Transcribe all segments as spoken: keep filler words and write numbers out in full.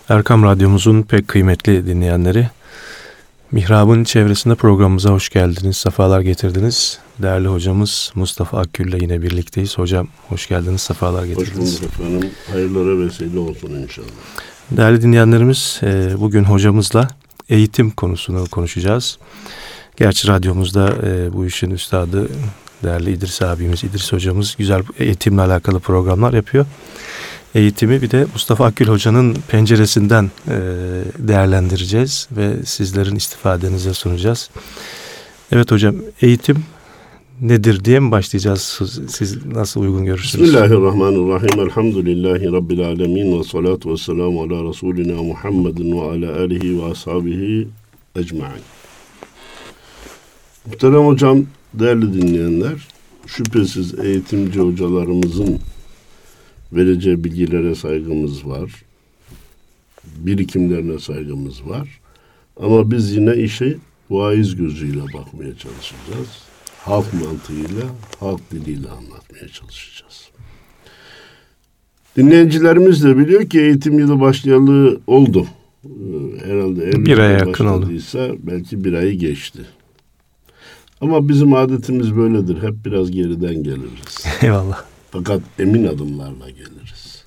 Erkam Radyomuzun pek kıymetli dinleyenleri, Mihrab'ın çevresinde programımıza hoş geldiniz, sefalar getirdiniz. Değerli hocamız Mustafa Akgül'le yine birlikteyiz. Hocam hoş geldiniz, sefalar getirdiniz. Hoş bulduk efendim. Hayırlara vesile olsun inşallah. Değerli dinleyenlerimiz, bugün hocamızla eğitim konusunu konuşacağız. Gerçi radyomuzda bu işin üstadı değerli İdris abimiz, İdris hocamız güzel eğitimle alakalı programlar yapıyor. Eğitimi bir de Mustafa Akgül Hoca'nın penceresinden e, değerlendireceğiz ve sizlerin istifadenize sunacağız. Evet hocam, eğitim nedir diye mi başlayacağız? Siz nasıl uygun görürsünüz? Bismillahirrahmanirrahim. Elhamdülillahi Rabbil alemin ve salatu ve selamu ala Resulina Muhammedin ve ala alihi ve ashabihi ecma'in. Muhterem hocam, değerli dinleyenler, şüphesiz eğitimci hocalarımızın vereceği bilgilere saygımız var. Birikimlerine saygımız var. Ama biz yine işe vaiz gözüyle bakmaya çalışacağız. Halk mantığıyla, halk diliyle anlatmaya çalışacağız. Dinleyicilerimiz de biliyor ki eğitim yılı başlayalı oldu. Herhalde bir aya yakın oldu. Belki bir ayı geçti. Ama bizim adetimiz böyledir. Hep biraz geriden geliriz. Eyvallah. Fakat emin adımlarla geliriz.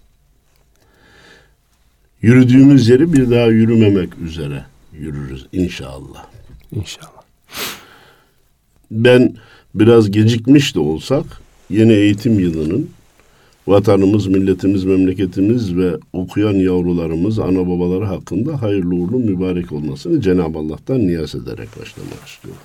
Yürüdüğümüz yeri bir daha yürümemek üzere yürürüz inşallah. İnşallah. Ben biraz gecikmiş de olsak yeni eğitim yılının vatanımız, milletimiz, memleketimiz ve okuyan yavrularımız, ana babaları hakkında hayırlı uğurlu mübarek olmasını Cenab-ı Allah'tan niyaz ederek başlamak istiyorum.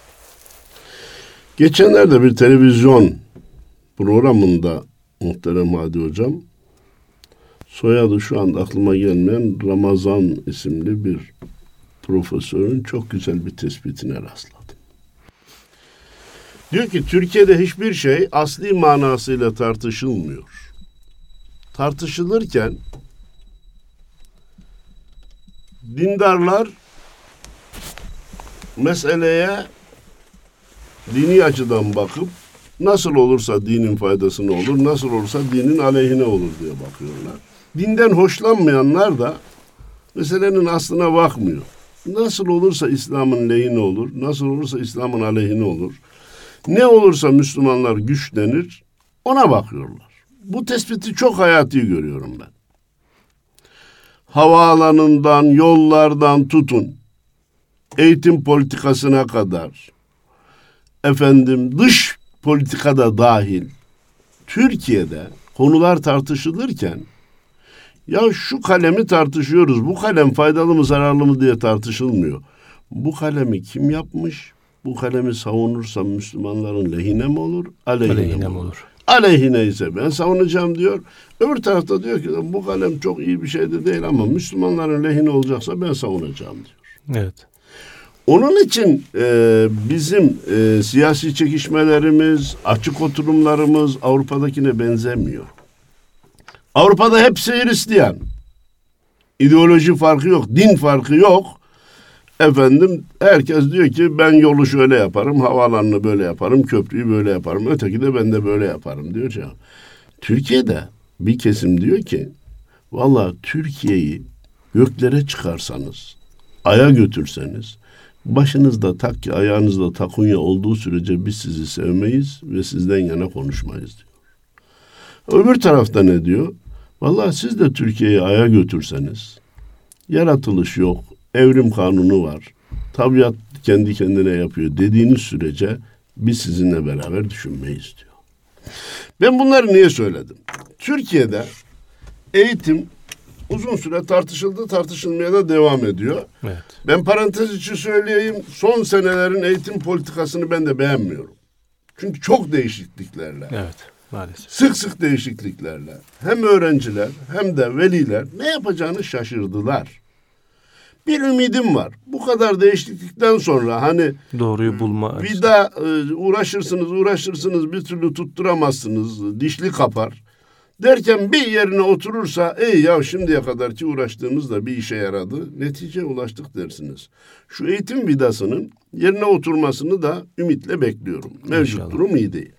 Geçenlerde bir televizyon programında muhterem Hadi Hocam, soyadı şu anda aklıma gelmeyen Ramazan isimli bir profesörün çok güzel bir tespitine rastladım. Diyor ki Türkiye'de hiçbir şey asli manasıyla tartışılmıyor. Tartışılırken dindarlar meseleye dini açıdan bakıp nasıl olursa dinin faydasına olur, nasıl olursa dinin aleyhine olur diye bakıyorlar. Dinden hoşlanmayanlar da meselenin aslına bakmıyor. Nasıl olursa İslam'ın lehine olur, nasıl olursa İslam'ın aleyhine olur. Ne olursa Müslümanlar güçlenir, ona bakıyorlar. Bu tespiti çok hayati görüyorum ben. Havaalanından, yollardan tutun, eğitim politikasına kadar, efendim dış politikada dahil Türkiye'de konular tartışılırken ya şu kalemi tartışıyoruz, bu kalem faydalı mı zararlı mı diye tartışılmıyor. Bu kalemi kim yapmış? Bu kalemi savunursam Müslümanların lehine mi olur, aleyhine, aleyhine mi olur? olur? Aleyhine ise ben savunacağım diyor. Öbür tarafta diyor ki bu kalem çok iyi bir şey de değil ama Müslümanların lehine olacaksa ben savunacağım diyor. Evet. Onun için e, bizim e, siyasi çekişmelerimiz, açık oturumlarımız Avrupa'dakine benzemiyor. Avrupa'da hepsi Hristiyan. İdeoloji farkı yok, din farkı yok. Efendim herkes diyor ki ben yolu şöyle yaparım, havaalanını böyle yaparım, köprüyü böyle yaparım, öteki de ben de böyle yaparım diyor ya. Türkiye'de bir kesim diyor ki vallahi Türkiye'yi göklere çıkarsanız, aya götürseniz, başınızda takki, ayağınızda takunya olduğu sürece biz sizi sevmeyiz ve sizden yana konuşmayız diyor. Öbür tarafta ne diyor? Vallahi siz de Türkiye'yi aya götürseniz, yaratılış yok, evrim kanunu var, tabiat kendi kendine yapıyor dediğiniz sürece biz sizinle beraber düşünmeyiz diyor. Ben bunları niye söyledim? Türkiye'de eğitim uzun süre tartışıldı, tartışılmaya da devam ediyor. Evet. Ben parantez içi söyleyeyim, son senelerin eğitim politikasını ben de beğenmiyorum. Çünkü çok değişikliklerle. Evet, maalesef. Sık sık değişikliklerle. Hem öğrenciler hem de veliler ne yapacağını şaşırdılar. Bir ümidim var. Bu kadar değişiklikten sonra hani doğruyu bulma. Bir daha uğraşırsınız, uğraşırsınız bir türlü tutturamazsınız. Dişli kapar. Derken bir yerine oturursa ey ya şimdiye kadarki uğraştığımız da bir işe yaradı. Neticeye ulaştık dersiniz. Şu eğitim vidasının yerine oturmasını da ümitle bekliyorum. Mevcut İnşallah. Durum iyi değil.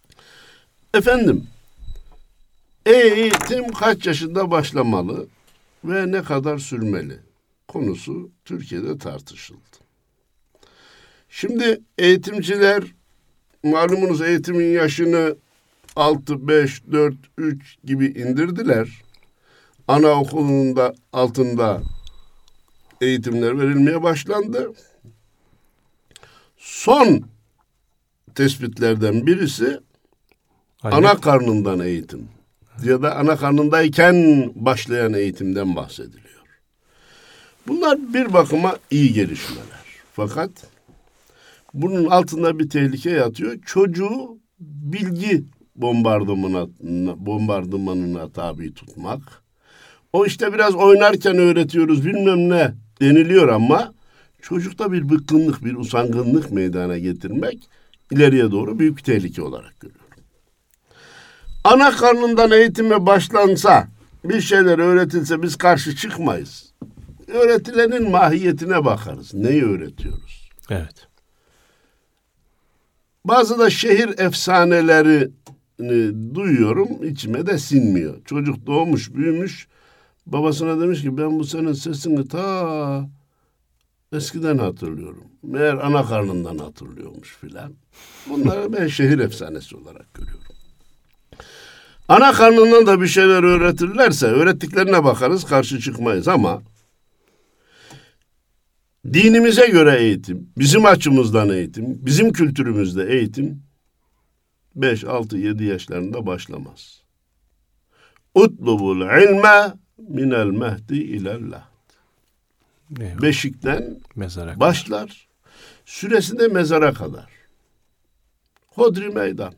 Efendim, eğitim kaç yaşında başlamalı? ve ne kadar sürmeli konusu Türkiye'de tartışıldı. Şimdi eğitimciler, malumunuz eğitimin yaşını altı, beş, dört, üç gibi indirdiler. Anaokulunun da altında eğitimler verilmeye başlandı. Son tespitlerden birisi Aynen. ana karnından eğitim ya da ana karnındayken başlayan eğitimden bahsediliyor. Bunlar bir bakıma iyi gelişmeler. Fakat bunun altında bir tehlike yatıyor. Çocuğu bilgi bombardımanına, bombardımanına tabi tutmak. O işte biraz oynarken öğretiyoruz bilmem ne deniliyor ama çocukta bir bıkkınlık, bir usangınlık meydana getirmek ileriye doğru büyük bir tehlike olarak görüyorum. Ana karnından eğitime başlansa, bir şeyler öğretilse biz karşı çıkmayız. Öğretilenin mahiyetine bakarız. Neyi öğretiyoruz? Evet. Bazı da şehir efsaneleri duyuyorum, içime de sinmiyor. Çocuk doğmuş, büyümüş, babasına demiş ki ben bu senin sesini ta eskiden hatırlıyorum. Meğer ana karnından hatırlıyormuş filan. Bunları ben şehir efsanesi olarak görüyorum. Ana karnından da bir şeyler öğretirlerse öğrettiklerine bakarız, karşı çıkmayız ama dinimize göre eğitim, bizim açımızdan eğitim, bizim kültürümüzde eğitim beş, altı, yedi yaşlarında başlamaz. Utlubul ilme minel mehdi ilel lahd. Beşikten mezara başlar. Kadar. Süresi de mezara kadar. Hodri meydan.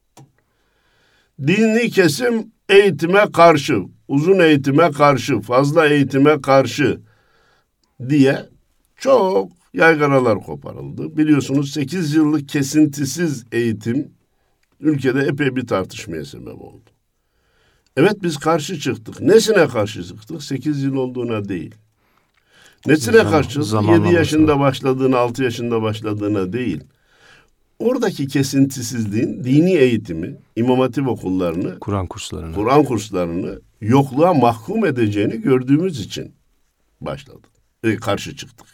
Dini kesim eğitime karşı, uzun eğitime karşı, fazla eğitime karşı diye çok yaygaralar koparıldı. Biliyorsunuz sekiz yıllık kesintisiz eğitim ülkede epey bir tartışmaya sebep oldu. Evet biz karşı çıktık. Nesine karşı çıktık? sekiz yıl olduğuna değil. Nesine Zaman, karşı çıktık? yedi yaşında başladığına, altı yaşında başladığına değil. Oradaki kesintisizliğin dini eğitimi, İmam Hatip okullarını, Kur'an kurslarını, Kur'an kurslarını yokluğa mahkum edeceğini gördüğümüz için başladık. E, karşı çıktık.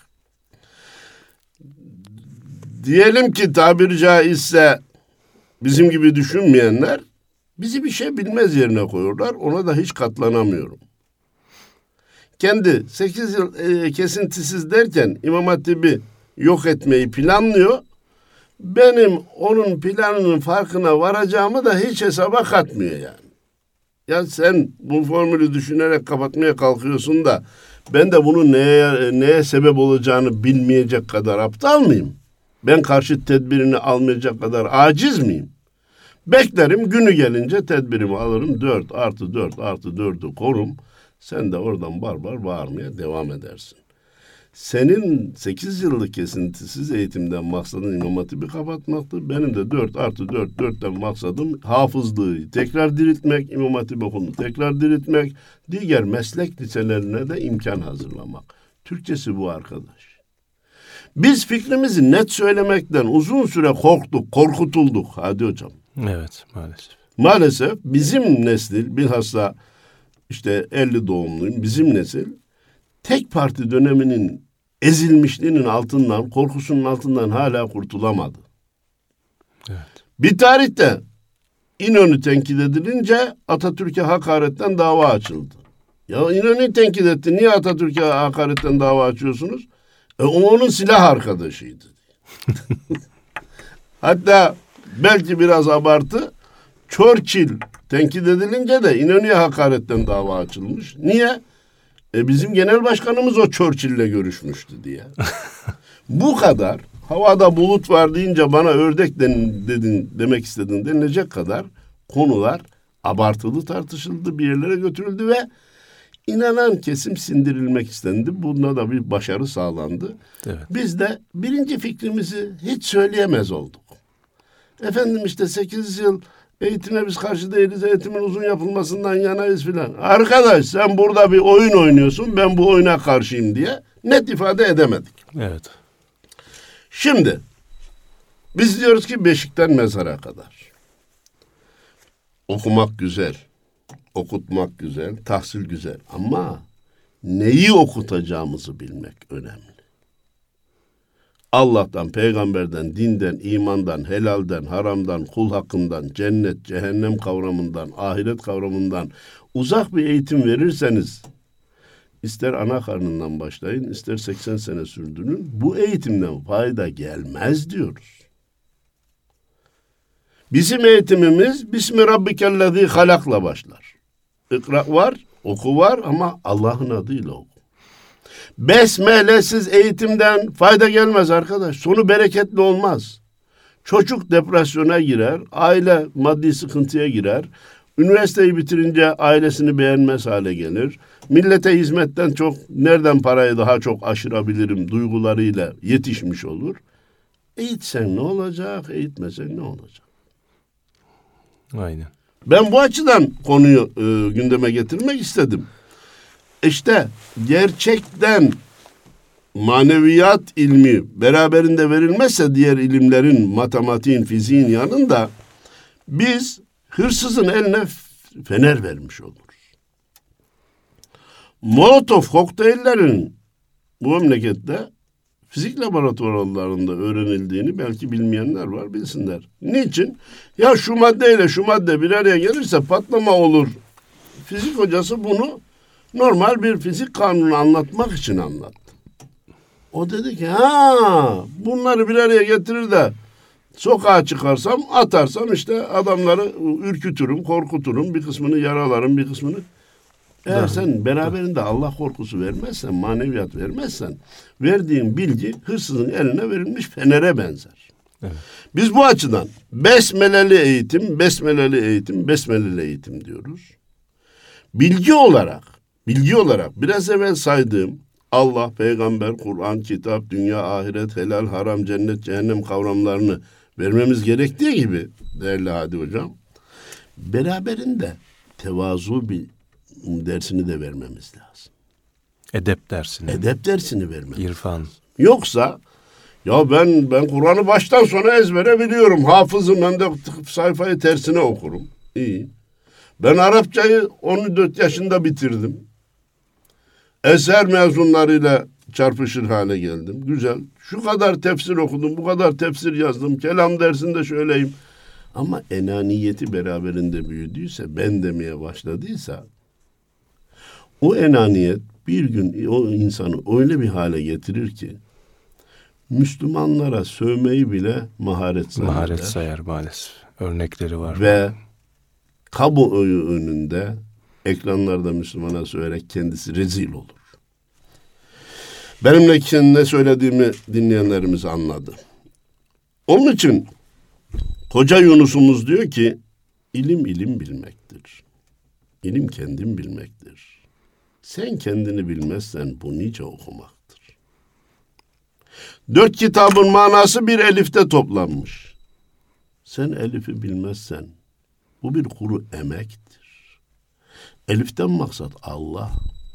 Diyelim ki tabiri caizse bizim gibi düşünmeyenler bizi bir şey bilmez yerine koyuyorlar. Ona da hiç katlanamıyorum. Kendi sekiz yıl e, kesintisiz derken İmam Hatip'i yok etmeyi planlıyor. Benim onun planının farkına varacağımı da hiç hesaba katmıyor yani. Ya sen bu formülü düşünerek kapatmaya kalkıyorsun da ben de bunun neye, neye sebep olacağını bilmeyecek kadar aptal mıyım? Ben karşı tedbirini almayacak kadar aciz miyim? Beklerim, günü gelince tedbirimi alırım. Dört artı dört artı dördü korum. Sen de oradan barbar bağırmaya devam edersin. Senin sekiz yıllık kesintisiz eğitimden maksadın İmam Hatip'i kapatmaktı. Benim de dört artı dört, dörtten maksadım hafızlığı tekrar diriltmek, İmam Hatip okulunu tekrar diriltmek, diğer meslek liselerine de imkan hazırlamak. Türkçesi bu arkadaş. Biz fikrimizi net söylemekten uzun süre korktuk, korkutulduk. Hadi hocam. Evet, maalesef. Maalesef bizim nesil, bilhassa işte elli doğumluyum, bizim nesil tek parti döneminin ezilmişliğinin altından, korkusunun altından hala kurtulamadı. Evet. Bir tarihte İnönü tenkit edilince Atatürk'e hakaretten dava açıldı. Ya İnönü tenkit etti, niye Atatürk'e hakaretten dava açıyorsunuz? E, o onun silah arkadaşıydı. Hatta belki biraz abartı, Churchill tenkit edilince de İnönü'ye hakaretten dava açılmış. Niye? E bizim genel başkanımız o Churchill'le görüşmüştü diye. Bu kadar havada bulut var deyince bana ördek den, dedin, demek istedin denilecek kadar konular abartılı tartışıldı, bir yerlere götürüldü ve inanan kesim sindirilmek istendi. Bunda da bir başarı sağlandı. Evet. Biz de birinci fikrimizi hiç söyleyemez olduk. Efendim işte sekiz yıl eğitime biz karşı değiliz, eğitimin uzun yapılmasından yanayız filan. Arkadaş sen burada bir oyun oynuyorsun, ben bu oyuna karşıyım diye net ifade edemedik. Evet. Şimdi biz diyoruz ki beşikten mezara kadar. Okumak güzel, okutmak güzel, tahsil güzel ama neyi okutacağımızı bilmek önemli. Allah'tan, peygamberden, dinden, imandan, helalden, haramdan, kul hakkından, cennet, cehennem kavramından, ahiret kavramından uzak bir eğitim verirseniz, ister ana karnından başlayın, ister seksen sene sürdürün, bu eğitimden fayda gelmez diyoruz. Bizim eğitimimiz Bismi Rabbikellezî halakla başlar. İkra var, oku var ama Allah'ın adıyla oku. Besmelesiz eğitimden fayda gelmez arkadaş. Sonu bereketli olmaz. Çocuk depresyona girer, aile maddi sıkıntıya girer. Üniversiteyi bitirince ailesini beğenmez hale gelir. Millete hizmetten çok, nereden parayı daha çok aşırabilirim duygularıyla yetişmiş olur. Eğitsen ne olacak, eğitmesen ne olacak? Aynen. Ben bu açıdan konuyu e, gündeme getirmek istedim. İşte gerçekten maneviyat ilmi beraberinde verilmezse diğer ilimlerin, matematiğin, fiziğin yanında biz hırsızın eline fener vermiş oluruz. Molotov kokteyllerin bu memlekette fizik laboratuvarlarında öğrenildiğini belki bilmeyenler var, bilsinler. Niçin? Ya şu maddeyle şu madde bir araya gelirse patlama olur. Fizik hocası bunu normal bir fizik kanunu anlatmak için anlattı. O dedi ki ha bunları bir araya getirir de sokağa çıkarsam, atarsam işte adamları ürkütürüm, korkuturum, bir kısmını yaralarım, bir kısmını. Eğer sen beraberinde Allah korkusu vermezsen, maneviyat vermezsen, verdiğin bilgi hırsızın eline verilmiş fenere benzer. Evet. Biz bu açıdan besmeleli eğitim, besmeleli eğitim, besmeleli eğitim diyoruz. Bilgi olarak, bilgi olarak biraz evvel saydığım Allah, peygamber, Kur'an, kitap, dünya, ahiret, helal, haram, cennet, cehennem kavramlarını vermemiz gerektiği gibi değerli Hadi Hocam, beraberinde tevazu bir dersini de vermemiz lazım. Edep dersini. Edep dersini vermemiz. İrfan. Yoksa ya ben ben Kur'an'ı baştan sona ezbere biliyorum. Hafızım, ben de sayfayı tersine okurum. İyi. Ben Arapçayı on dört yaşında bitirdim. Eser mezunlarıyla çarpışır hale geldim. Güzel. Şu kadar tefsir okudum, bu kadar tefsir yazdım. Kelam dersinde şöyleyim. Ama enaniyeti beraberinde büyüdüyse, ben demeye başladıysa, o enaniyet bir gün o insanı öyle bir hale getirir ki Müslümanlara sövmeyi bile maharet zanneder. Maharet sayar maalesef. Örnekleri var. Ve kamuoyu önünde ekranlarda Müslümana söverek kendisi rezil olur. Benimle ne söylediğimi dinleyenlerimiz anladı. Onun için Hoca Yunus'umuz diyor ki ilim ilim bilmektir. İlim kendin bilmektir. Sen kendini bilmezsen bu nice okumaktır. Dört kitabın manası bir elifte toplanmış. Sen elifi bilmezsen bu bir kuru emektir. Eliften maksat Allah.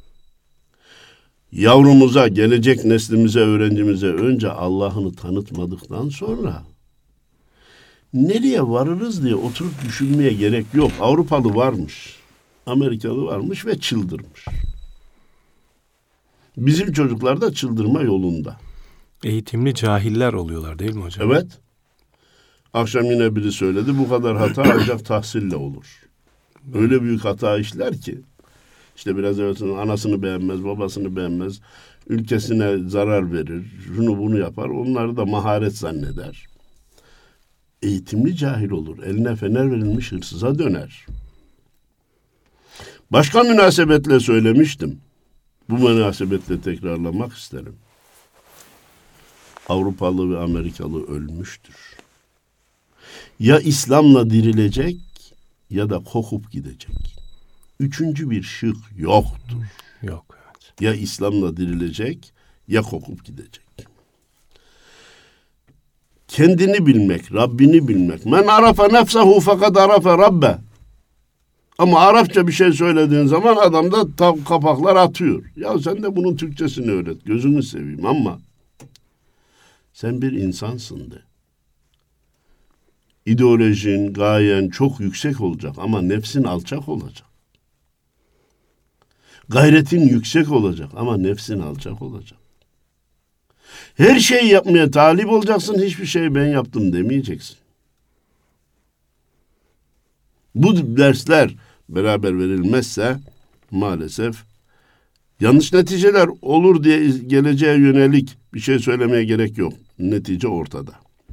Yavrumuza, gelecek neslimize, öğrencimize önce Allah'ını tanıtmadıktan sonra nereye varırız diye oturup düşünmeye gerek yok. Avrupalı varmış, Amerikalı varmış ve çıldırmış. Bizim çocuklar da çıldırma yolunda. Eğitimli cahiller oluyorlar değil mi hocam? Evet. Akşam yine biri söyledi, bu kadar hata ancak tahsille olur. Öyle büyük hata işler ki, işte biraz evvel anasını beğenmez, babasını beğenmez, ülkesine zarar verir, şunu bunu yapar, onları da maharet zanneder. Eğitimli cahil olur, eline fener verilmiş hırsıza döner. Başka münasebetle söylemiştim. Bu münasebetle tekrarlamak isterim. Avrupalı ve Amerikalı ölmüştür. Ya İslam'la dirilecek ya da kokup gidecek. Üçüncü bir şık yoktur. Yok. Evet. Ya İslam'la dirilecek ya kokup gidecek. Kendini bilmek, Rabbini bilmek. Men arafa nefsehu fekad arafa rabbe. Ama Arapça bir şey söylediğin zaman adam da tam kapaklar atıyor. Ya sen de bunun Türkçesini öğret. Gözünü seveyim ama sen bir insansın de. İdeolojin, gayen çok yüksek olacak ama nefsin alçak olacak. Gayretin yüksek olacak ama nefsin alçak olacak. Her şeyi yapmaya talip olacaksın, hiçbir şeyi ben yaptım demeyeceksin. Bu dersler beraber verilmezse maalesef yanlış neticeler olur diye geleceğe yönelik bir şey söylemeye gerek yok. Netice ortada.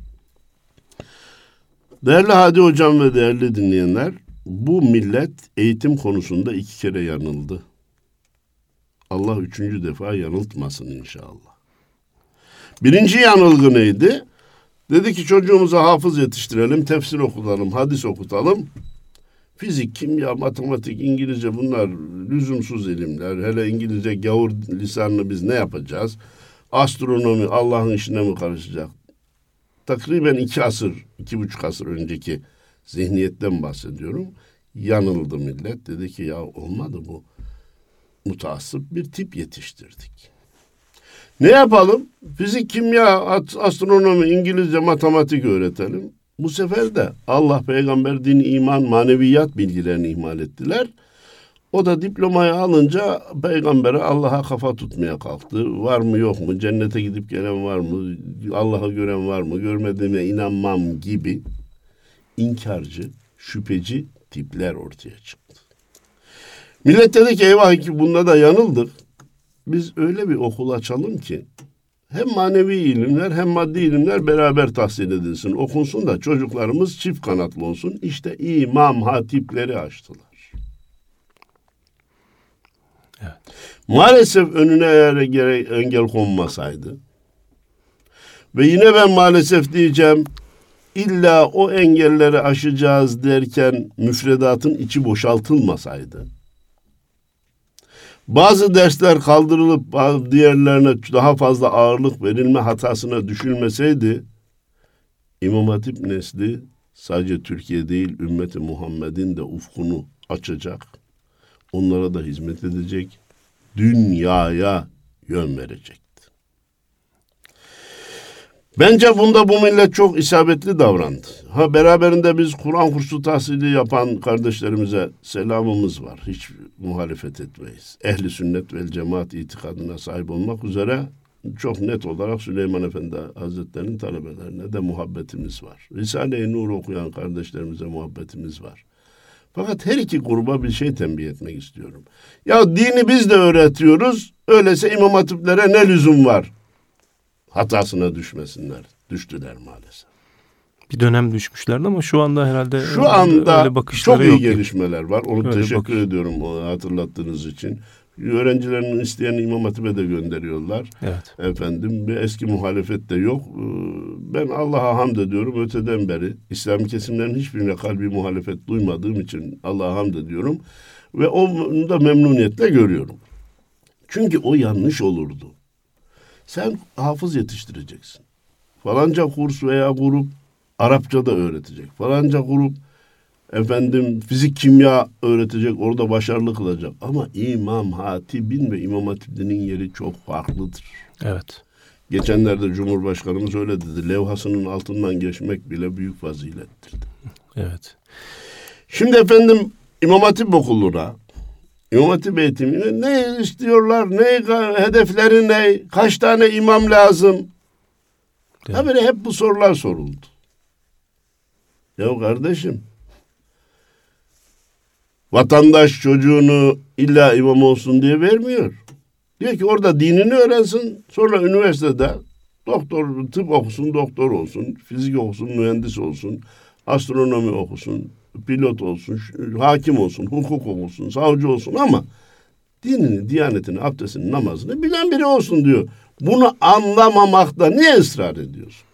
Değerli Hadi Hocam ve değerli dinleyenler, bu millet eğitim konusunda iki kere yanıldı. Allah üçüncü defa yanıltmasın inşallah. Birinci yanılgı neydi? Dedi ki çocuğumuza hafız yetiştirelim, tefsir okutalım, hadis okutalım. Fizik, kimya, matematik, İngilizce bunlar lüzumsuz ilimler. Hele İngilizce gavur lisanını biz ne yapacağız? Astronomi Allah'ın işine mi karışacak? Takriben iki asır, iki buçuk asır önceki zihniyetten bahsediyorum. Yanıldı millet. Dedi ki ya olmadı bu. Mutaassıp bir tip yetiştirdik. Ne yapalım? Fizik, kimya, astronomi, İngilizce, matematik öğretelim. Bu sefer de Allah, peygamber, din, iman, maneviyat bilgilerini ihmal ettiler. O da diplomayı alınca peygambere Allah'a kafa tutmaya kalktı. Var mı yok mu? Cennete gidip gelen var mı? Allah'ı gören var mı? Görmediğime inanmam gibi inkarcı, şüpheci tipler ortaya çıktı. Millet dedi ki eyvah ki bunda da yanıldık. Biz öyle bir okul açalım ki hem manevi ilimler hem maddi ilimler beraber tahsil edilsin, okunsun da çocuklarımız çift kanatlı olsun. İşte imam hatipleri açtılar. Evet. Maalesef önüne eğer engel konmasaydı ve yine ben maalesef diyeceğim, illa o engelleri aşacağız derken müfredatın içi boşaltılmasaydı, bazı dersler kaldırılıp diğerlerine daha fazla ağırlık verilme hatasına düşülmeseydi, İmam Hatip nesli sadece Türkiye değil, ümmeti Muhammed'in de ufkunu açacak, onlara da hizmet edecek, dünyaya yön verecekti. Bence bunda bu millet çok isabetli davrandı. Ha beraberinde biz Kur'an kursu tahsili yapan kardeşlerimize selamımız var. Hiç muhalefet etmeyiz. Ehli sünnet vel cemaat itikadına sahip olmak üzere çok net olarak Süleyman Efendi Hazretleri'nin talebelerine de muhabbetimiz var. Risale-i Nur okuyan kardeşlerimize muhabbetimiz var. Fakat her iki gruba bir şey tembih etmek istiyorum. Ya dini biz de öğretiyoruz. Öyleyse imam hatiplere ne lüzum var? Hatasına düşmesinler. Düştüler maalesef. Bir dönem düşmüşlerdi ama şu anda herhalde şu anda öyle bakışları çok iyi yok gelişmeler var. Onu öyle teşekkür bakış. ediyorum onu hatırlattığınız için. Öğrencilerinin isteyen İmam Hatip'e de gönderiyorlar. Evet. Efendim bir eski muhalefet de yok. Ben Allah'a hamd ediyorum öteden beri. İslami kesimlerin hiçbirine kalbi muhalefet duymadığım için Allah'a hamd ediyorum. Ve onu da memnuniyetle görüyorum. Çünkü o yanlış olurdu. Sen hafız yetiştireceksin. Falanca kurs veya grup Arapça da öğretecek. Falanca grup efendim fizik, kimya öğretecek. Orada başarılı kılacak. Ama İmam Hatib'in ve İmam Hatip'in yeri çok farklıdır. Evet. Geçenlerde Cumhurbaşkanımız öyle dedi. Levhasının altından geçmek bile büyük fazilettir. Evet. Şimdi efendim İmam Hatip okuluna, İmam Hatip eğitimine ne istiyorlar, ne hedefleri ne, kaç tane imam lazım? Evet. Ha böyle hep bu sorular soruldu. Ya kardeşim, vatandaş çocuğunu illa imam olsun diye vermiyor. Diyor ki orada dinini öğrensin, sonra üniversitede doktor, tıp okusun, doktor olsun, fizik okusun, mühendis olsun, astronomi okusun, pilot olsun, hakim olsun, hukuk okusun, savcı olsun ama dinini, diyanetini, abdestini, namazını bilen biri olsun diyor. Bunu anlamamakta niye ısrar ediyorsunuz?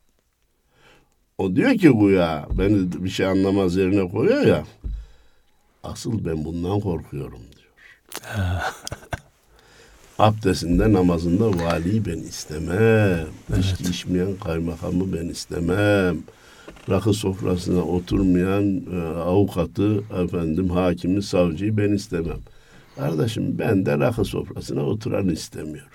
O diyor ki bu ya, beni bir şey anlamaz yerine koyuyor ya, asıl ben bundan korkuyorum diyor. Abdestinde, namazında valiyi ben istemem. Evet. İçki içmeyen kaymakamı ben istemem. Rakı sofrasına oturmayan e, avukatı, efendim hakimi, savcıyı ben istemem. Kardeşim ben de rakı sofrasına oturanı istemiyorum.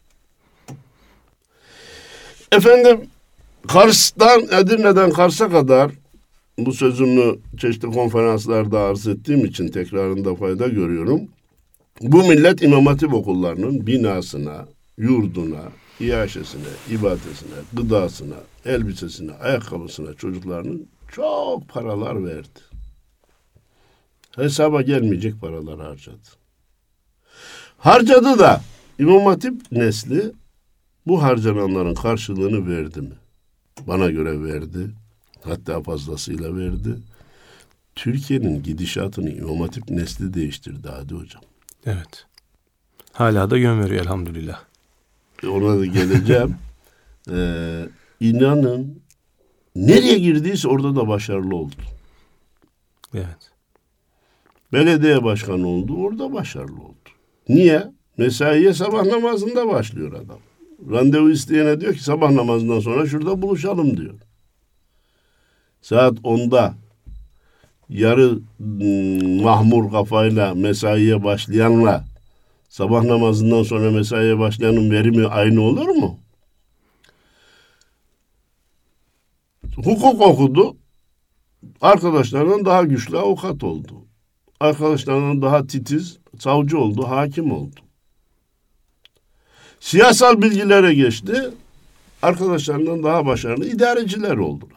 Efendim Kars'tan, Edirne'den Kars'a kadar bu sözümü çeşitli konferanslarda arz ettiğim için tekrarında fayda görüyorum. Bu millet İmam Hatip okullarının binasına, yurduna, iaşesine, ibadesine, gıdasına, elbisesine, ayakkabısına çocuklarının çok paralar verdi. Hesaba gelmeyecek paralar harcadı. Harcadı da İmam Hatip nesli bu harcananların karşılığını verdi mi? Bana göre verdi. Hatta fazlasıyla verdi. Türkiye'nin gidişatını İmam Hatip nesli değiştirdi Hadi Hocam. Evet. Hala da yön veriyor elhamdülillah. Ona da geleceğim. ee, inanın nereye girdiyse orada da başarılı oldu. Evet. Belediye başkanı oldu, orada başarılı oldu. Niye? Mesaiye sabah namazında başlıyor adam. Randevu isteyene diyor ki sabah namazından sonra şurada buluşalım diyor. Saat onda yarı mahmur kafayla mesaiye başlayanla sabah namazından sonra mesaiye başlayanın verimi aynı olur mu? Hukuk okudu. Arkadaşlarından daha güçlü avukat oldu. Arkadaşlarından daha titiz savcı oldu, hakim oldu. Siyasal bilgilere geçti. Arkadaşlarından daha başarılı idareciler oldular.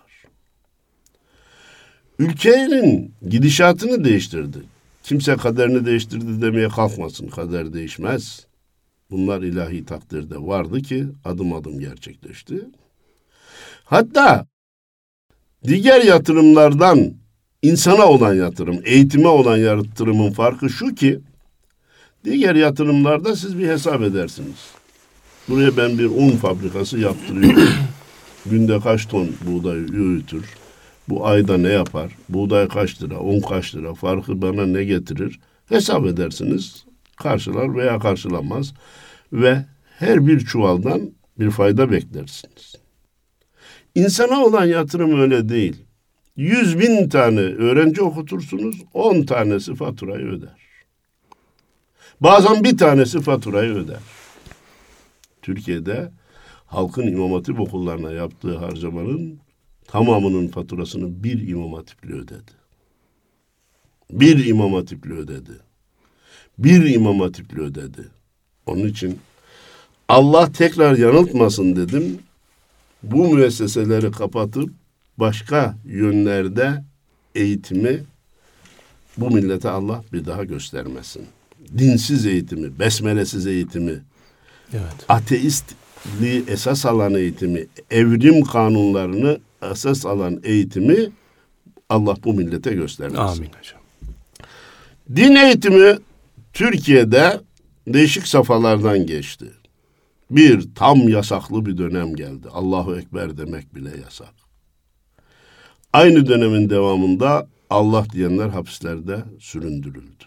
Ülkenin gidişatını değiştirdi. Kimse kaderini değiştirdi demeye kalkmasın. Kader değişmez. Bunlar ilahi takdirde vardı ki adım adım gerçekleşti. Hatta diğer yatırımlardan insana olan yatırım, eğitime olan yatırımın farkı şu ki diğer yatırımlarda siz bir hesap edersiniz. Buraya ben bir un fabrikası yaptırıyorum. Günde kaç ton buğday öğütür? Bu ayda ne yapar? Buğday kaç lira, un kaç lira? Farkı bana ne getirir? Hesap edersiniz. Karşılar veya karşılamaz. Ve her bir çuvaldan bir fayda beklersiniz. İnsana olan yatırım öyle değil. Yüz bin tane öğrenci okutursunuz, on tanesi faturayı öder. Bazen bir tanesi faturayı öder. Türkiye'de halkın İmam Hatip okullarına yaptığı harcamanın tamamının faturasını bir İmam Hatipli ödedi. Bir İmam Hatipli ödedi. Bir İmam Hatipli ödedi. Onun için Allah tekrar yanıltmasın dedim. Bu müesseseleri kapatıp başka yönlerde eğitimi bu millete Allah bir daha göstermesin. Dinsiz eğitimi, besmelesiz eğitimi, evet, ateistliği esas alan eğitimi, evrim kanunlarını esas alan eğitimi Allah bu millete göstermesin. Amin hocam. Din eğitimi Türkiye'de değişik safhalardan geçti. Bir, tam yasaklı bir dönem geldi. Allahu Ekber demek bile yasak. Aynı dönemin devamında Allah diyenler hapislerde süründürüldü.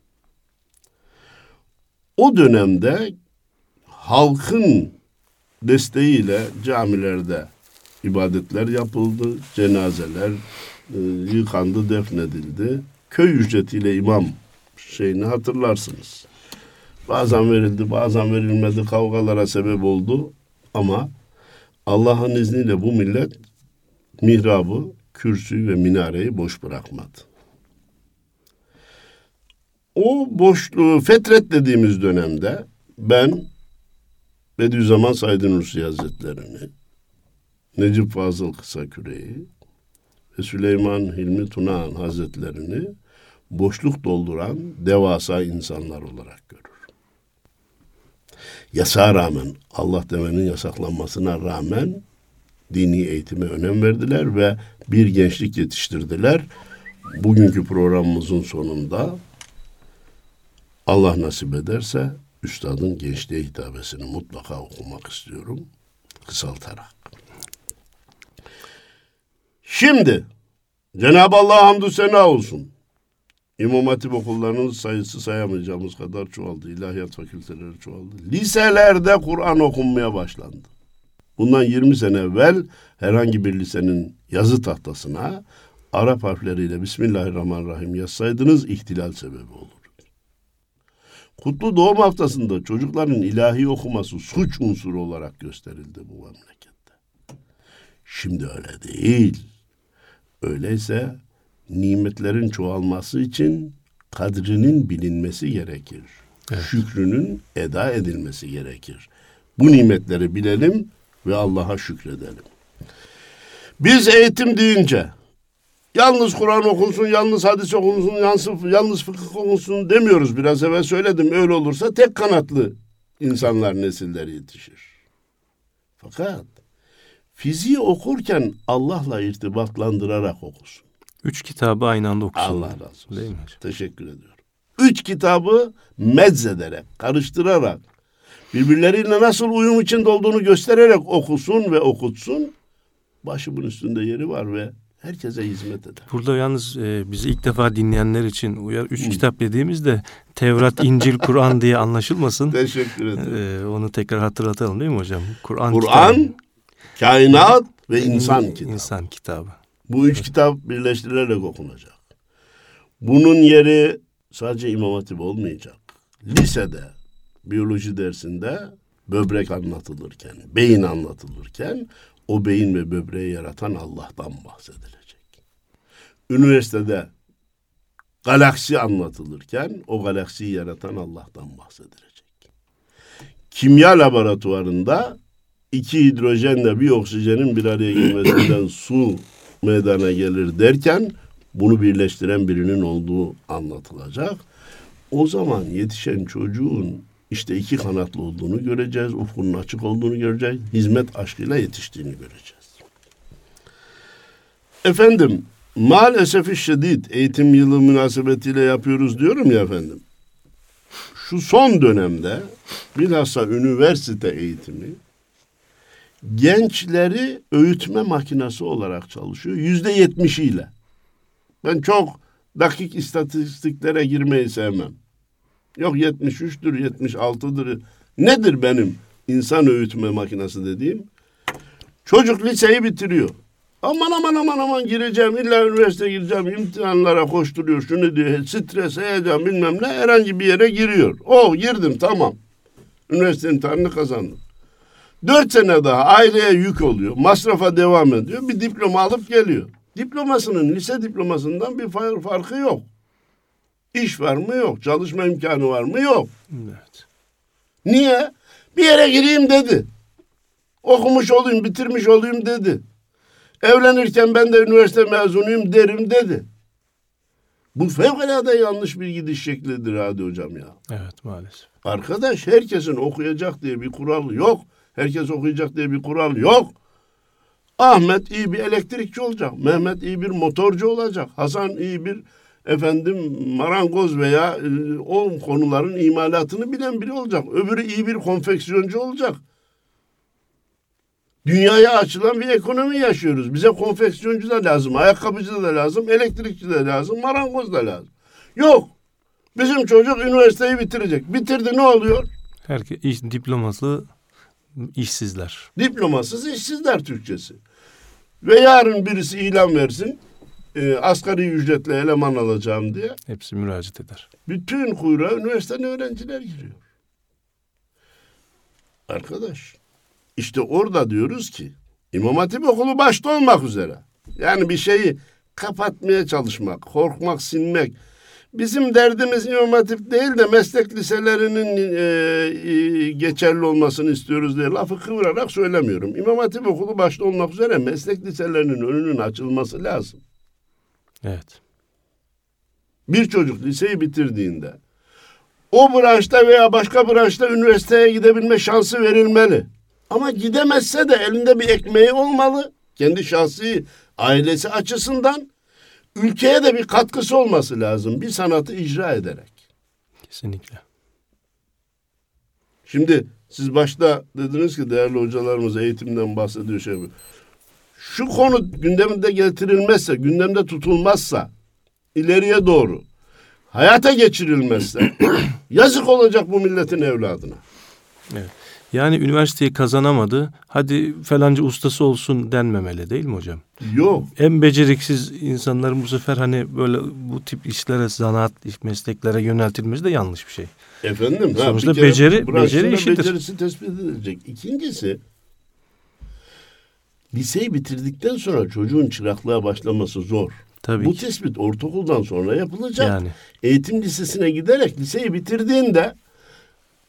O dönemde halkın desteğiyle camilerde ibadetler yapıldı, cenazeler e, yıkandı, defnedildi. Köy ücretiyle imam şeyini hatırlarsınız. Bazen verildi, bazen verilmedi, kavgalara sebep oldu. Ama Allah'ın izniyle bu millet mihrabı, kürsüyü ve minareyi boş bırakmadı. O boşluğu fetret dediğimiz dönemde ben Bediüzzaman Said Nursi Hazretleri'ni, Necip Fazıl Kısaküre'yi ve Süleyman Hilmi Tunahan Hazretlerini boşluk dolduran devasa insanlar olarak görür. Yasağa rağmen, Allah demenin yasaklanmasına rağmen dini eğitime önem verdiler ve bir gençlik yetiştirdiler. Bugünkü programımızın sonunda Allah nasip ederse üstadın gençliğe hitabesini mutlaka okumak istiyorum, kısaltarak. Şimdi Cenab-ı Allah'a hamdü sena olsun. İmam Hatip okullarının sayısı sayamayacağımız kadar çoğaldı. İlahiyat fakülteleri çoğaldı. Liselerde Kur'an okunmaya başlandı. Bundan yirmi sene evvel herhangi bir lisenin yazı tahtasına Arap harfleriyle Bismillahirrahmanirrahim yazsaydınız ihtilal sebebi olur. Kutlu Doğum Haftası'nda çocukların ilahi okuması suç unsuru olarak gösterildi bu memlekette. Şimdi öyle değil. Öyleyse nimetlerin çoğalması için kadrinin bilinmesi gerekir. Evet. Şükrünün eda edilmesi gerekir. Bu nimetleri bilelim ve Allah'a şükredelim. Biz eğitim deyince yalnız Kur'an okunsun, yalnız hadis okunsun, yalnız, yalnız fıkıh okunsun demiyoruz. Biraz evvel söyledim, öyle olursa tek kanatlı insanlar, nesiller yetişir. Fakat fiziği okurken Allah'la irtibatlandırarak okusun. Üç kitabı aynı anda okusun. Allah razı olsun. Değil mi hocam? Teşekkür ediyorum. Üç kitabı medzederek, karıştırarak, birbirleriyle nasıl uyum içinde olduğunu göstererek okusun ve okutsun. Başımın üstünde yeri var ve herkese hizmet eder. Burada yalnız e, bizi ilk defa dinleyenler için uyar. Üç Hı. kitap dediğimizde Tevrat, İncil, Kur'an diye anlaşılmasın. Teşekkür ederim. E, onu tekrar hatırlatalım değil mi hocam? Kur'an, Kur'an kainat ve insan kitabı. İnsan kitabı. Bu üç evet. kitap birleştirilerek okunacak. Bunun yeri sadece İmam Hatip olmayacak. Lisede, biyoloji dersinde böbrek anlatılırken, beyin anlatılırken o beyin ve böbreği yaratan Allah'tan bahsedilecek. Üniversitede galaksi anlatılırken o galaksiyi yaratan Allah'tan bahsedilecek. Kimya laboratuvarında iki hidrojenle bir oksijenin bir araya gelmesinden su meydana gelir derken bunu birleştiren birinin olduğu anlatılacak. O zaman yetişen çocuğun işte iki kanatlı olduğunu göreceğiz, ufkunun açık olduğunu göreceğiz, hizmet aşkıyla yetiştiğini göreceğiz. Efendim, maalesef şiddet eğitim yılı münasebetiyle yapıyoruz diyorum ya efendim. Şu son dönemde bilhassa üniversite eğitimi gençleri öğütme makinesi olarak çalışıyor. Yüzde yetmişiyle. Ben çok dakik istatistiklere girmeyi sevmem. Yok yetmiş üçtür, yetmiş altıdır. Nedir benim insan öğütme makinesi dediğim? Çocuk liseyi bitiriyor. Aman aman aman aman gireceğim, illa üniversiteye gireceğim, imtihanlara koşturuyor, şunu diyor, stres, heyecan bilmem ne, herhangi bir yere giriyor. Oh girdim tamam. Üniversite imtihanını kazandım. Dört sene daha aileye yük oluyor, masrafa devam ediyor, bir diploma alıp geliyor. Diplomasının lise diplomasından bir farkı yok. İş var mı? Yok. Çalışma imkanı var mı? Yok. Evet. Niye? Bir yere gireyim dedi. Okumuş olayım, bitirmiş olayım dedi. Evlenirken ben de üniversite mezunuyum derim dedi. Bu fevkalade yanlış bir gidiş şeklidir Hadi hocam ya. Evet maalesef. Arkadaş herkesin okuyacak diye bir kural yok. Herkes okuyacak diye bir kural yok. Ahmet iyi bir elektrikçi olacak. Mehmet iyi bir motorcu olacak. Hasan iyi bir efendim marangoz veya e, o konuların imalatını bilen biri olacak. Öbürü iyi bir konfeksiyoncu olacak. Dünyaya açılan bir ekonomi yaşıyoruz. Bize konfeksiyoncu da lazım, ayakkabıcı da lazım, elektrikçi de lazım, marangoz da lazım. Yok. Bizim çocuk üniversiteyi bitirecek. Bitirdi ne oluyor? Herkes iş, diploması işsizler. Diplomasız işsizler Türkçesi. Ve yarın birisi ilan versin. E, asgari ücretle eleman alacağım diye. Hepsi müracaat eder. Bütün kuyruğa üniversiteden öğrenciler giriyor. Arkadaş, işte orada diyoruz ki İmam Hatip okulu başta olmak üzere. Yani bir şeyi kapatmaya çalışmak, korkmak, sinmek. Bizim derdimiz İmam Hatip değil de meslek liselerinin e, e, geçerli olmasını istiyoruz diye lafı kıvırarak söylemiyorum. İmam Hatip okulu başta olmak üzere meslek liselerinin önünün açılması lazım. Evet. Bir çocuk liseyi bitirdiğinde o branşta veya başka branşta üniversiteye gidebilme şansı verilmeli. Ama gidemezse de elinde bir ekmeği olmalı. Kendi şahsi ailesi açısından ülkeye de bir katkısı olması lazım. Bir sanatı icra ederek. Kesinlikle. Şimdi siz başta dediniz ki değerli hocalarımız eğitimden bahsediyor. Şey, şu konu gündemde getirilmezse, gündemde tutulmazsa, ileriye doğru hayata geçirilmezse yazık olacak bu milletin evladına. Evet. Yani üniversiteyi kazanamadı, hadi falanca ustası olsun denmemeli değil mi hocam? Yok. En beceriksiz insanların bu sefer hani böyle bu tip işlere, zanaat mesleklere yöneltilmesi de yanlış bir şey. Efendim? Sonuçta ha, bir beceri, beceri işidir. Becerisi tespit edilecek. İkincisi, liseyi bitirdikten sonra çocuğun çıraklığa başlaması zor. Tabii bu ki. tespit ortaokuldan sonra yapılacak. Yani. Eğitim lisesine giderek liseyi bitirdiğinde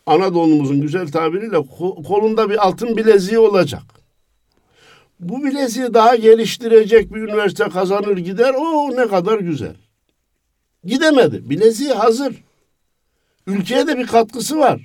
Anadolu'muzun güzel tabiriyle kolunda bir altın bileziği olacak. Bu bileziği daha geliştirecek bir üniversite kazanır gider. O ne kadar güzel. Gidemedi. Bileziği hazır. Ülkeye de bir katkısı var.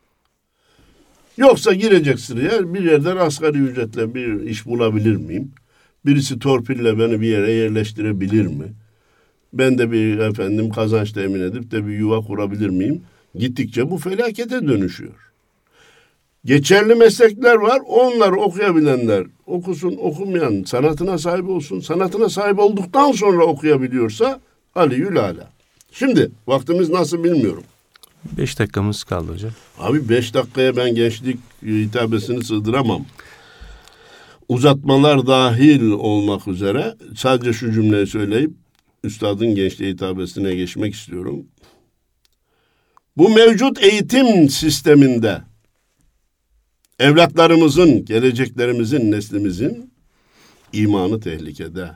Yoksa girecek sıraya, bir yerden asgari ücretle bir iş bulabilir miyim? Birisi torpille beni bir yere yerleştirebilir mi? Ben de bir efendim kazanç temin edip de bir yuva kurabilir miyim? Gittikçe bu felakete dönüşüyor. Geçerli meslekler var. Onları okuyabilenler okusun, okumayan sanatına sahip olsun. Sanatına sahip olduktan sonra okuyabiliyorsa aliyülâlâ. Şimdi vaktimiz nasıl bilmiyorum. Beş dakikamız kaldı hocam. Abi beş dakikaya ben gençlik hitabesini sığdıramam. Uzatmalar dahil olmak üzere sadece şu cümleyi söyleyip üstadın gençliğe hitabesine geçmek istiyorum. Bu mevcut eğitim sisteminde evlatlarımızın, geleceklerimizin, neslimizin imanı tehlikede,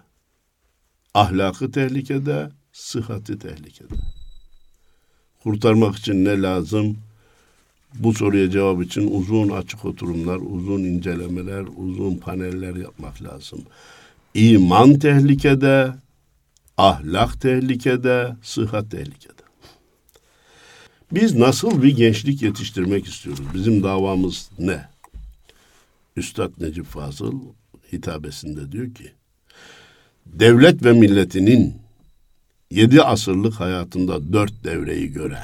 ahlakı tehlikede, sıhhati tehlikede. Kurtarmak için ne lazım? Bu soruya cevap için uzun açık oturumlar, uzun incelemeler, uzun paneller yapmak lazım. İman tehlikede, ahlak tehlikede, sıhhat tehlikede. Biz nasıl bir gençlik yetiştirmek istiyoruz? Bizim davamız ne? Üstad Necip Fazıl hitabesinde diyor ki, devlet ve milletinin yedi asırlık hayatında dört devreyi gören,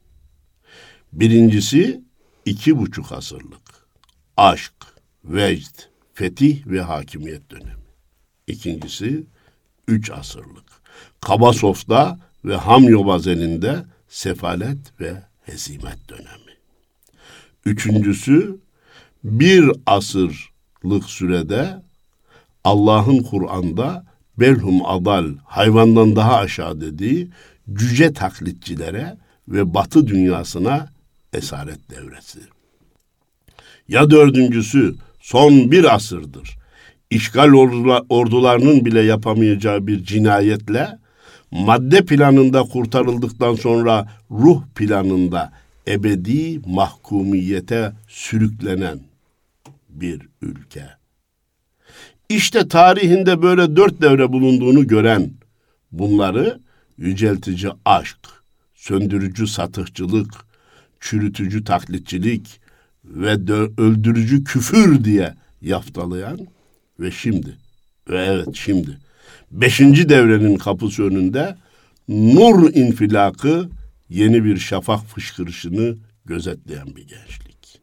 birincisi iki buçuk asırlık aşk, vecd, fetih ve hakimiyet dönemi. İkincisi üç asırlık kaba softa ve hamyobaz elinde sefalet ve hezimet dönemi. Üçüncüsü bir asırlık sürede Allah'ın Kur'an'da belhum adal, hayvandan daha aşağı dediği cüce taklitçilere ve Batı dünyasına esaret devresi. Ya dördüncüsü son bir asırdır. İşgal ordularının bile yapamayacağı bir cinayetle madde planında kurtarıldıktan sonra ruh planında ebedi mahkumiyete sürüklenen bir ülke. İşte tarihinde böyle dört devre bulunduğunu gören, bunları yüceltici aşk, söndürücü satıhçılık, çürütücü taklitçilik ve dö- öldürücü küfür diye yaftalayan ve şimdi, ve evet şimdi, beşinci devrenin kapısı önünde nur infilakı, yeni bir şafak fışkırışını gözetleyen bir gençlik.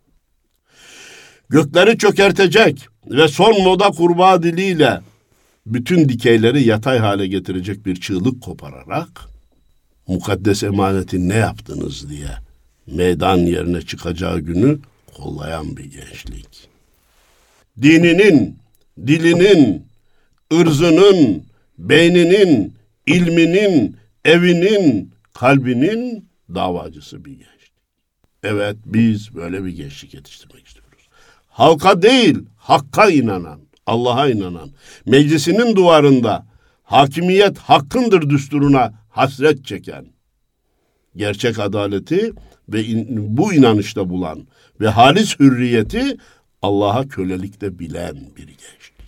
Gökleri çökertecek ve son moda kurbağa diliyle bütün dikeyleri yatay hale getirecek bir çığlık kopararak mukaddes emaneti ne yaptınız diye meydan yerine çıkacağı günü kollayan bir gençlik. Dininin, dilinin, ırzının, beyninin, ilminin, evinin, kalbinin davacısı bir gençlik. Evet, biz böyle bir gençlik yetiştirmek istiyoruz. Halka değil, hakka inanan, Allah'a inanan, meclisinin duvarında hakimiyet hakkındır düsturuna hasret çeken, gerçek adaleti ve in, bu inanışta bulan ve halis hürriyeti Allah'a kölelikte bilen bir gençlik.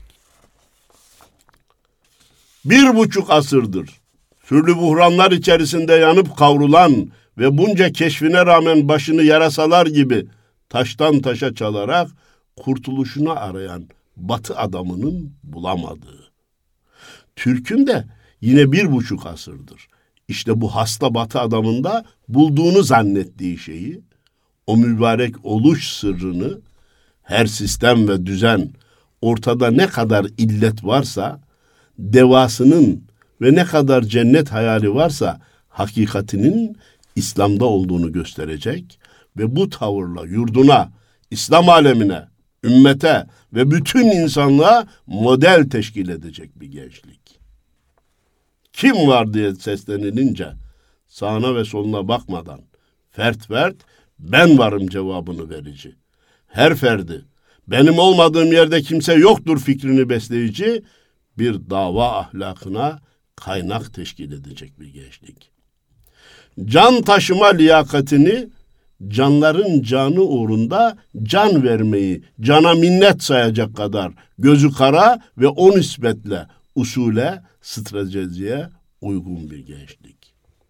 Bir buçuk asırdır türlü buhranlar içerisinde yanıp kavrulan ve bunca keşfine rağmen başını yarasalar gibi taştan taşa çalarak kurtuluşunu arayan Batı adamının bulamadığı. Türk'ün de yine bir buçuk asırdır. İşte bu hasta Batı adamında bulduğunu zannettiği şeyi, o mübarek oluş sırrını, her sistem ve düzen ortada ne kadar illet varsa, devasının ve ne kadar cennet hayali varsa hakikatinin İslam'da olduğunu gösterecek ve bu tavırla yurduna, İslam alemine, ümmete ve bütün insanlığa model teşkil edecek bir gençlik. Kim var diye seslenilince sağına ve soluna bakmadan fert fert ben varım cevabını verici. Her ferdi benim olmadığım yerde kimse yoktur fikrini besleyici bir dava ahlakına kaynak teşkil edecek bir gençlik. Can taşıma liyakatini canların canı uğrunda can vermeyi cana minnet sayacak kadar gözü kara ve o nispetle usule, stratejiye uygun bir gençlik.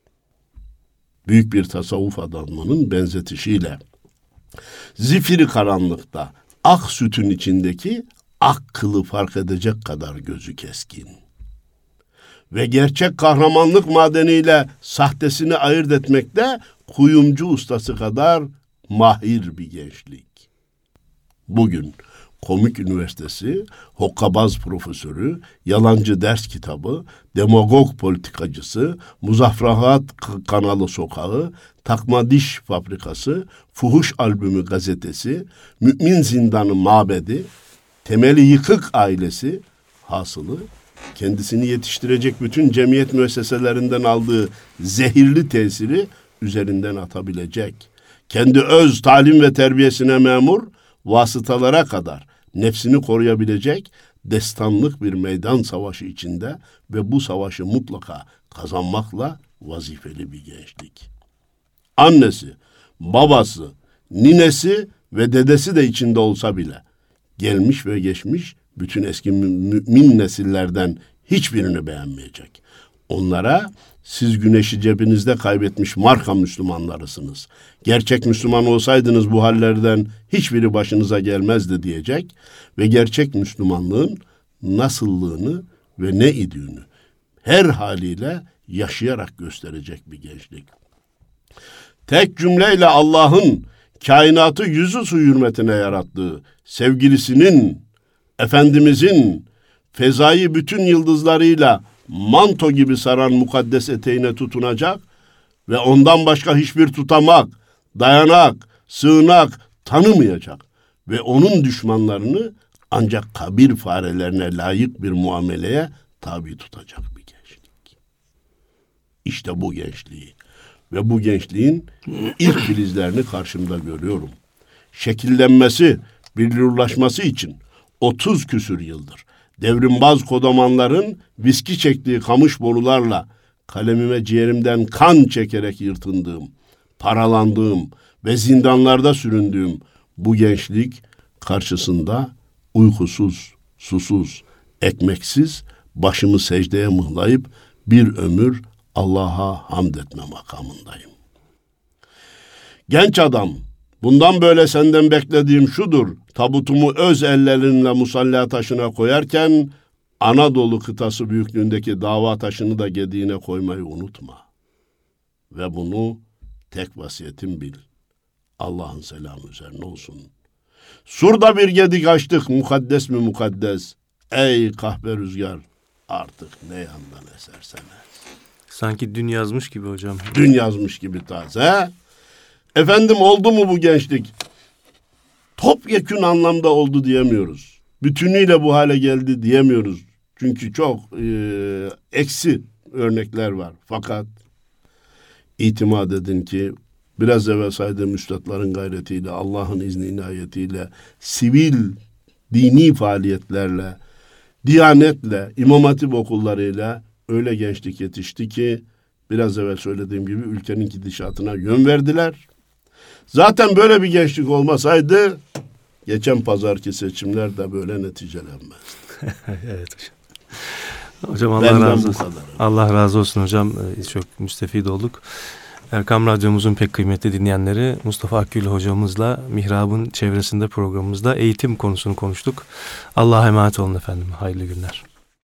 Büyük bir tasavvuf adamının benzetişiyle zifiri karanlıkta ak sütün içindeki ak kılı fark edecek kadar gözü keskin. Ve gerçek kahramanlık madeniyle sahtesini ayırt etmekte kuyumcu ustası kadar mahir bir gençlik. Bugün Komik Üniversitesi, hokkabaz profesörü, yalancı ders kitabı, demagog politikacısı, Muzafferat Kanalı Sokağı, Takma Diş Fabrikası, Fuhuş Albümü gazetesi, Mümin Zindanı Mabedi, Temeli Yıkık ailesi, hasılı, kendisini yetiştirecek bütün cemiyet müesseselerinden aldığı zehirli tesiri üzerinden atabilecek, kendi öz talim ve terbiyesine memur, vasıtalara kadar nefsini koruyabilecek destanlık bir meydan savaşı içinde ve bu savaşı mutlaka kazanmakla vazifeli bir gençlik. Annesi, babası, ninesi ve dedesi de içinde olsa bile gelmiş ve geçmiş bütün eski mümin nesillerden hiçbirini beğenmeyecek. Onlara siz güneşi cebinizde kaybetmiş marka Müslümanlarısınız. Gerçek Müslüman olsaydınız bu hallerden hiçbiri başınıza gelmezdi diyecek ve gerçek Müslümanlığın nasıllığını ve ne idüğünü her haliyle yaşayarak gösterecek bir gençlik. Tek cümleyle Allah'ın kainatı yüzü su hürmetine yarattığı sevgilisinin, Efendimizin fezayı bütün yıldızlarıyla manto gibi saran mukaddes eteğine tutunacak ve ondan başka hiçbir tutamak, dayanak, sığınak tanımayacak ve onun düşmanlarını ancak kabir farelerine layık bir muameleye tabi tutacak bir gençlik. İşte bu gençliği ve bu gençliğin ilk filizlerini karşımda görüyorum. Şekillenmesi, billurlaşması için otuz küsür yıldır devrimbaz kodamanların viski çektiği kamış borularla kalemime ciğerimden kan çekerek yırtındığım, paralandığım ve zindanlarda süründüğüm bu gençlik karşısında uykusuz, susuz, ekmeksiz, başımı secdeye mıhlayıp bir ömür Allah'a hamd etme makamındayım. Genç adam, bundan böyle senden beklediğim şudur: tabutumu öz ellerinle musalla taşına koyarken Anadolu kıtası büyüklüğündeki dava taşını da gediğine koymayı unutma. Ve bunu tek vasiyetim bil. Allah'ın selamı üzerine olsun. Surda bir gedik açtık, mukaddes mi mukaddes. Ey kahpe rüzgar, artık ne yandan esersen es. Sanki dün yazmış gibi hocam. Dün yazmış gibi taze. Efendim, oldu mu bu gençlik? Topyekün anlamda oldu diyemiyoruz. Bütünüyle bu hale geldi diyemiyoruz. Çünkü çok e, eksi örnekler var. Fakat itimat edin ki biraz evvel saydığım üstadların gayretiyle, Allah'ın izni inayetiyle, sivil dini faaliyetlerle, diyanetle, İmam Hatip okullarıyla öyle gençlik yetişti ki biraz evvel söylediğim gibi ülkenin gidişatına yön verdiler. Zaten böyle bir gençlik olmasaydı geçen pazarki seçimler de böyle neticelenmezdi. Evet hocam. Hocam Allah Benden razı olsun. Allah razı olsun hocam. Çok müstefid olduk. Erkam Radyomuzun pek kıymetli dinleyenleri, Mustafa Akgül hocamızla Mihrab'ın çevresinde programımızda eğitim konusunu konuştuk. Allah'a emanet olun efendim. Hayırlı günler.